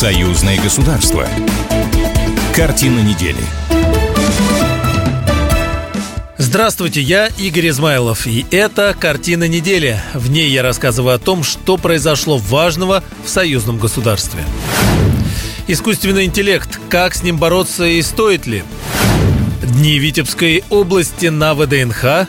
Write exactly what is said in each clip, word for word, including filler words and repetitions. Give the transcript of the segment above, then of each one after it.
Союзное государство. Картина недели. Здравствуйте, я Игорь Измайлов, и это «Картина недели». В ней я рассказываю о том, что произошло важного в союзном государстве. Искусственный интеллект. Как с ним бороться и стоит ли? Дни Витебской области на ВДНХ.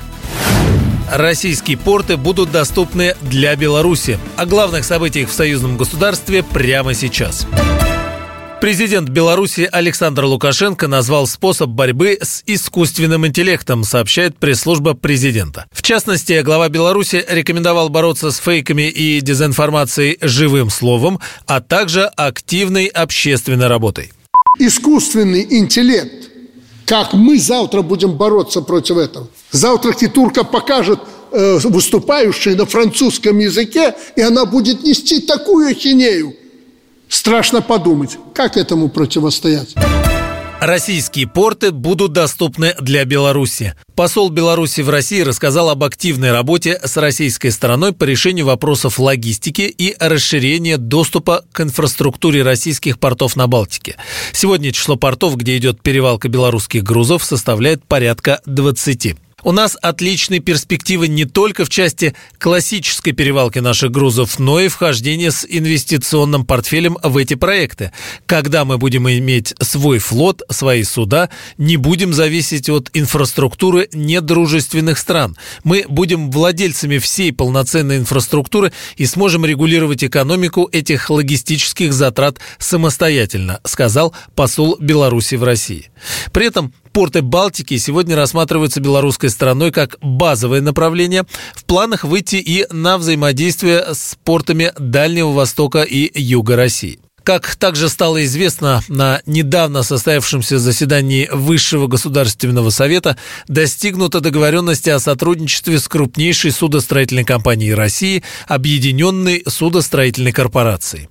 Российские порты будут доступны для Беларуси. О главных событиях в союзном государстве прямо сейчас. Президент Беларуси Александр Лукашенко назвал способ борьбы с искусственным интеллектом, сообщает пресс-служба президента. В частности, глава Беларуси рекомендовал бороться с фейками и дезинформацией живым словом, а также активной общественной работой. Искусственный интеллект. Как мы завтра будем бороться против этого? Завтра Хитурка покажет э, выступающей на французском языке, и она будет нести такую ахинею. Страшно подумать, как этому противостоять. Российские порты будут доступны для Беларуси. Посол Беларуси в России рассказал об активной работе с российской стороной по решению вопросов логистики и расширения доступа к инфраструктуре российских портов на Балтике. Сегодня число портов, где идет перевалка белорусских грузов, составляет порядка двадцати. У нас отличные перспективы не только в части классической перевалки наших грузов, но и вхождения с инвестиционным портфелем в эти проекты. Когда мы будем иметь свой флот, свои суда, не будем зависеть от инфраструктуры недружественных стран. Мы будем владельцами всей полноценной инфраструктуры и сможем регулировать экономику этих логистических затрат самостоятельно, сказал посол Беларуси в России. При этом порты Балтики сегодня рассматриваются белорусской стороной как базовое направление. В планах выйти и на взаимодействие с портами Дальнего Востока и Юга России. Как также стало известно, на недавно состоявшемся заседании Высшего государственного совета достигнута договоренность о сотрудничестве с крупнейшей судостроительной компанией России, Объединенной судостроительной корпорацией.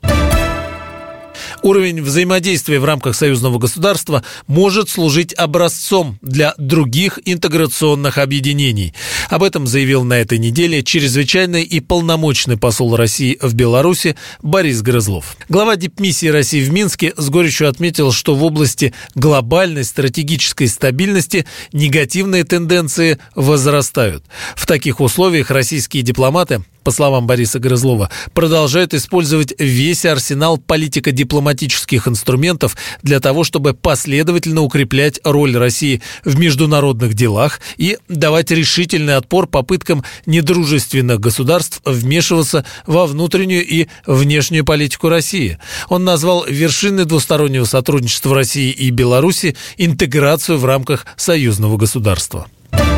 Уровень взаимодействия в рамках союзного государства может служить образцом для других интеграционных объединений. Об этом заявил на этой неделе чрезвычайный и полномочный посол России в Беларуси Борис Грызлов. Глава дипмиссии России в Минске с горечью отметил, что в области глобальной стратегической стабильности негативные тенденции возрастают. В таких условиях российские дипломаты, по словам Бориса Грызлова, продолжают использовать весь арсенал политико-дипломатических инструментов для того, чтобы последовательно укреплять роль России в международных делах и давать решительный отпор попыткам недружественных государств вмешиваться во внутреннюю и внешнюю политику России. Он назвал вершиной двустороннего сотрудничества России и Беларуси интеграцию в рамках союзного государства.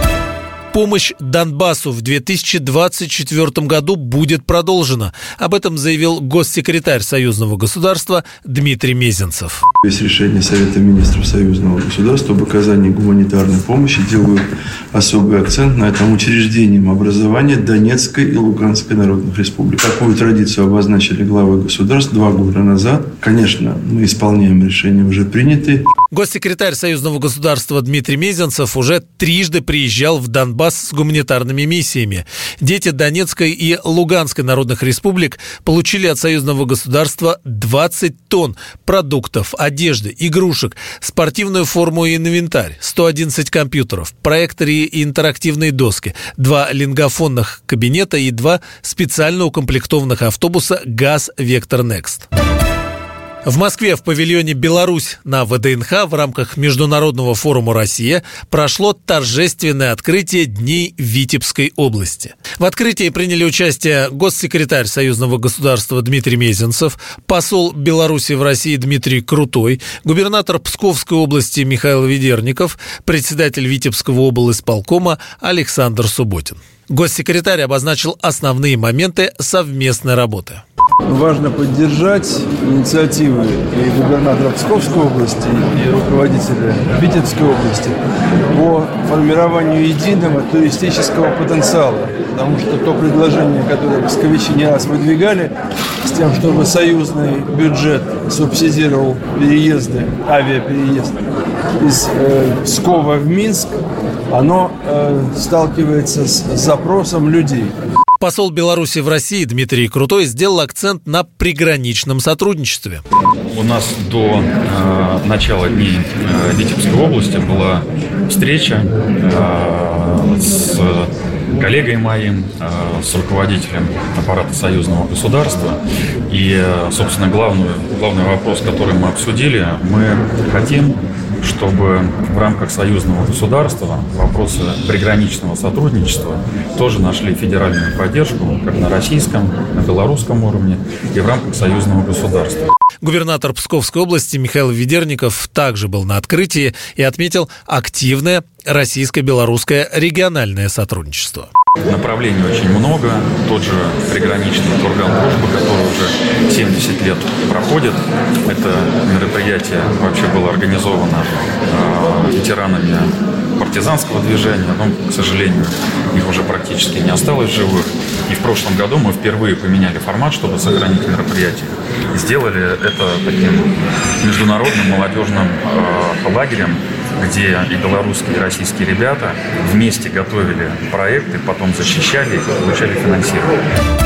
Помощь Донбассу в две тысячи двадцать четвёртом году будет продолжена. Об этом заявил госсекретарь союзного государства Дмитрий Мезенцев. Есть решение Совета министров союзного государства об оказании гуманитарной помощи. Делаю особый акцент на этом учреждением образования Донецкой и Луганской народных республик. Такую традицию обозначили главы государств два года назад. Конечно, мы исполняем решения уже принятые. Госсекретарь союзного государства Дмитрий Мезенцев уже трижды приезжал в Донбасс с гуманитарными миссиями. Дети Донецкой и Луганской народных республик получили от союзного государства двадцать тонн продуктов, одежды, игрушек, спортивную форму и инвентарь, сто одиннадцать компьютеров, проекторы и интерактивные доски, два лингофонных кабинета и два специально укомплектованных автобуса ГАЗ «Вектор Некст». В Москве в павильоне «Беларусь» на ВДНХ в рамках Международного форума «Россия» прошло торжественное открытие Дней Витебской области. В открытии приняли участие госсекретарь союзного государства Дмитрий Мезенцев, посол Беларуси в России Дмитрий Крутой, губернатор Псковской области Михаил Ведерников, председатель Витебского облисполкома Александр Субботин. Госсекретарь обозначил основные моменты совместной работы. Важно поддержать инициативы и губернатора Псковской области, и руководителя Витебской области по формированию единого туристического потенциала. Потому что то предложение, которое псковичи не раз выдвигали, с тем, чтобы союзный бюджет субсидировал переезды, авиапереезд из э, Пскова в Минск, оно э, сталкивается с запросом людей. Посол Беларуси в России Дмитрий Крутой сделал акцент на приграничном сотрудничестве. У нас до э, начала дней э, Витебской области была встреча э, с коллегой моим, э, с руководителем аппарата союзного государства. И, э, собственно, главный, главный вопрос, который мы обсудили, мы хотим, чтобы в рамках союзного государства вопросы приграничного сотрудничества тоже нашли федеральную поддержку как на российском, на белорусском уровне и в рамках союзного государства. Губернатор Псковской области Михаил Ведерников также был на открытии и отметил активное российско-белорусское региональное сотрудничество. Направлений очень много. Тот же приграничный курган дружбы, который уже семьдесят лет проходит. Это мероприятие вообще было организовано э, ветеранами партизанского движения, но, к сожалению, их уже практически не осталось живых. И в прошлом году мы впервые поменяли формат, чтобы сохранить мероприятие. И сделали это таким международным молодежным э, лагерем, где и белорусские, и российские ребята вместе готовили проекты, потом защищали и получали финансирование.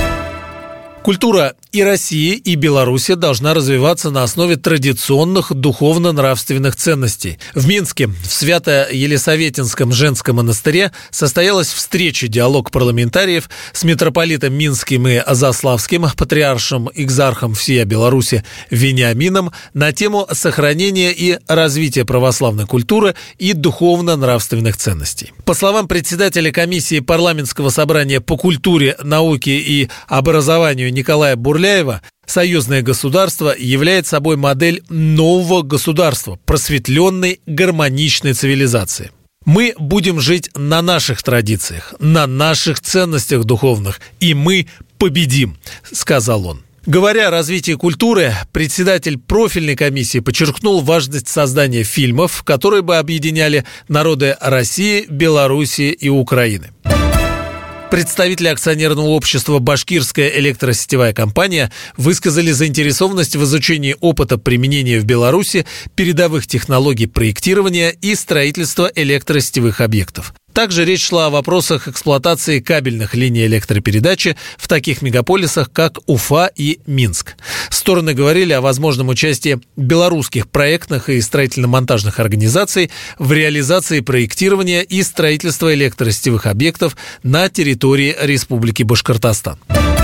Культура и России, и Беларуси должна развиваться на основе традиционных духовно-нравственных ценностей. В Минске, в Свято-Елисаветинском женском монастыре состоялась встреча «Диалог парламентариев» с митрополитом Минским и Заславским, патриаршем экзархом всея Беларуси Вениамином на тему сохранения и развития православной культуры и духовно-нравственных ценностей. По словам председателя комиссии парламентского собрания по культуре, науке и образованию Николая Бурляева, союзное государство является собой модель нового государства, просветленной, гармоничной цивилизации. Мы будем жить на наших традициях, на наших ценностях духовных, и мы победим, сказал он. Говоря о развитии культуры, председатель профильной комиссии подчеркнул важность создания фильмов, которые бы объединяли народы России, Беларуси и Украины. Представители акционерного общества «Башкирская электросетевая компания» высказали заинтересованность в изучении опыта применения в Беларуси передовых технологий проектирования и строительства электросетевых объектов. Также речь шла о вопросах эксплуатации кабельных линий электропередачи в таких мегаполисах, как Уфа и Минск. Стороны говорили о возможном участии белорусских проектных и строительно-монтажных организаций в реализации проектирования и строительства электросетевых объектов на территории Республики Башкортостан.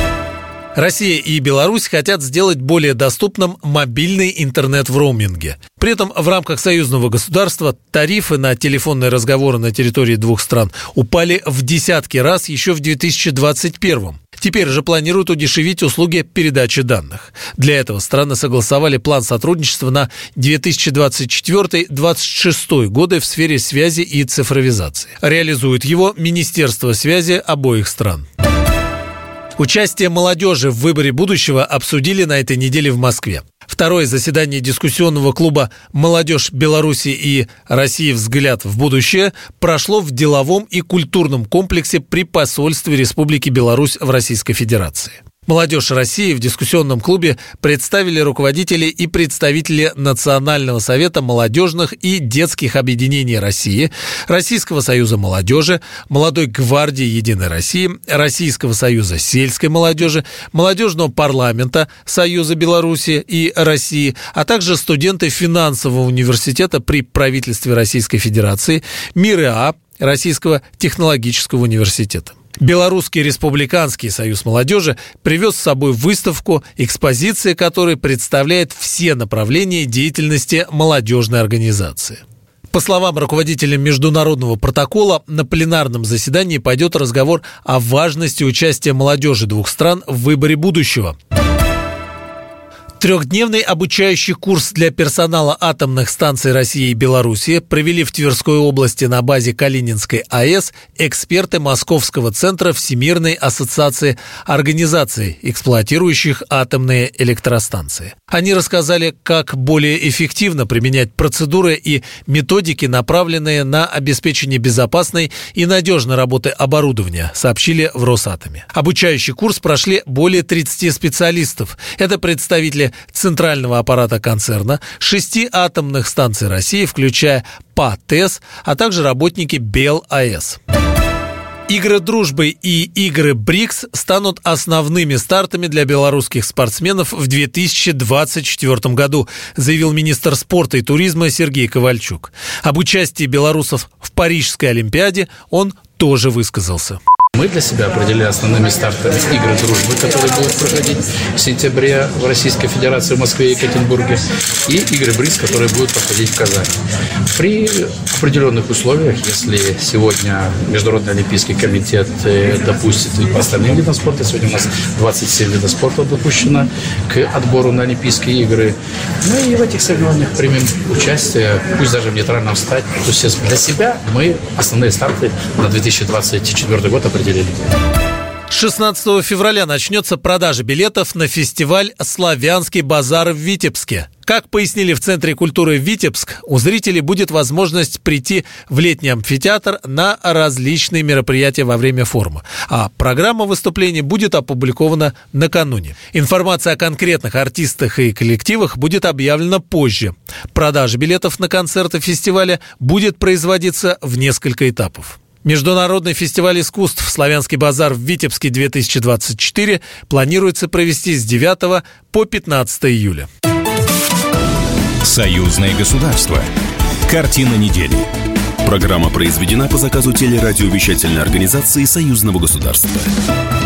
Россия и Беларусь хотят сделать более доступным мобильный интернет в роуминге. При этом в рамках союзного государства тарифы на телефонные разговоры на территории двух стран упали в десятки раз еще в две тысячи двадцать первом. Теперь же планируют удешевить услуги передачи данных. Для этого страны согласовали план сотрудничества на две тысячи двадцать четвёртый — две тысячи двадцать шестой годы в сфере связи и цифровизации. Реализует его Министерство связи обоих стран. Участие молодежи в выборе будущего обсудили на этой неделе в Москве. Второе заседание дискуссионного клуба «Молодежь Беларуси и России. Взгляд в будущее» прошло в деловом и культурном комплексе при посольстве Республики Беларусь в Российской Федерации. «Молодежь России» в дискуссионном клубе представили руководители и представители Национального совета молодежных и детских объединений России, Российского союза молодежи, Молодой гвардии Единой России, Российского союза сельской молодежи, Молодежного парламента Союза Беларуси и России, а также студенты финансового университета при правительстве Российской Федерации, МИРЭА, Российского технологического университета. Белорусский республиканский союз молодежи привез с собой выставку, экспозиция которой представляет все направления деятельности молодежной организации. По словам руководителя международного протокола, на пленарном заседании пойдет разговор о важности участия молодежи двух стран в выборе будущего. Трехдневный обучающий курс для персонала атомных станций России и Беларуси провели в Тверской области на базе Калининской АЭС эксперты Московского центра Всемирной ассоциации организаций, эксплуатирующих атомные электростанции. Они рассказали, как более эффективно применять процедуры и методики, направленные на обеспечение безопасной и надежной работы оборудования, сообщили в Росатоме. Обучающий курс прошли более тридцати специалистов. Это представители центрального аппарата концерна, шести атомных станций России, включая ПА-ТЭС, а также работники БелАЭС. Игры дружбы и игры БРИКС станут основными стартами для белорусских спортсменов в две тысячи двадцать четвёртом году, заявил министр спорта и туризма Сергей Ковальчук. Об участии белорусов в Парижской Олимпиаде он тоже высказался. Мы для себя определили основными стартами игры дружбы, которые будут проходить в сентябре в Российской Федерации, в Москве и Екатеринбурге, и игры БРИКС, которые будут проходить в Казани. При определенных условиях, если сегодня Международный Олимпийский комитет допустит и по остальным видам спорта, сегодня у нас двадцать семь видов спорта допущено к отбору на Олимпийские игры, мы и в этих соревнованиях примем участие, пусть даже в нейтральном статусе. То есть для себя мы основные старты на две тысячи двадцать четвёртый год определили. шестнадцатого февраля начнется продажа билетов на фестиваль «Славянский базар» в Витебске. Как пояснили в Центре культуры Витебск, у зрителей будет возможность прийти в летний амфитеатр на различные мероприятия во время форума. А программа выступлений будет опубликована накануне. Информация о конкретных артистах и коллективах будет объявлена позже. Продажа билетов на концерты фестиваля будет производиться в несколько этапов. Международный фестиваль искусств «Славянский базар» в Витебске две тысячи двадцать четыре планируется провести с девятого по пятнадцатое июля. Союзное государство. Картина недели. Программа произведена по заказу телерадиовещательной организации Союзного государства.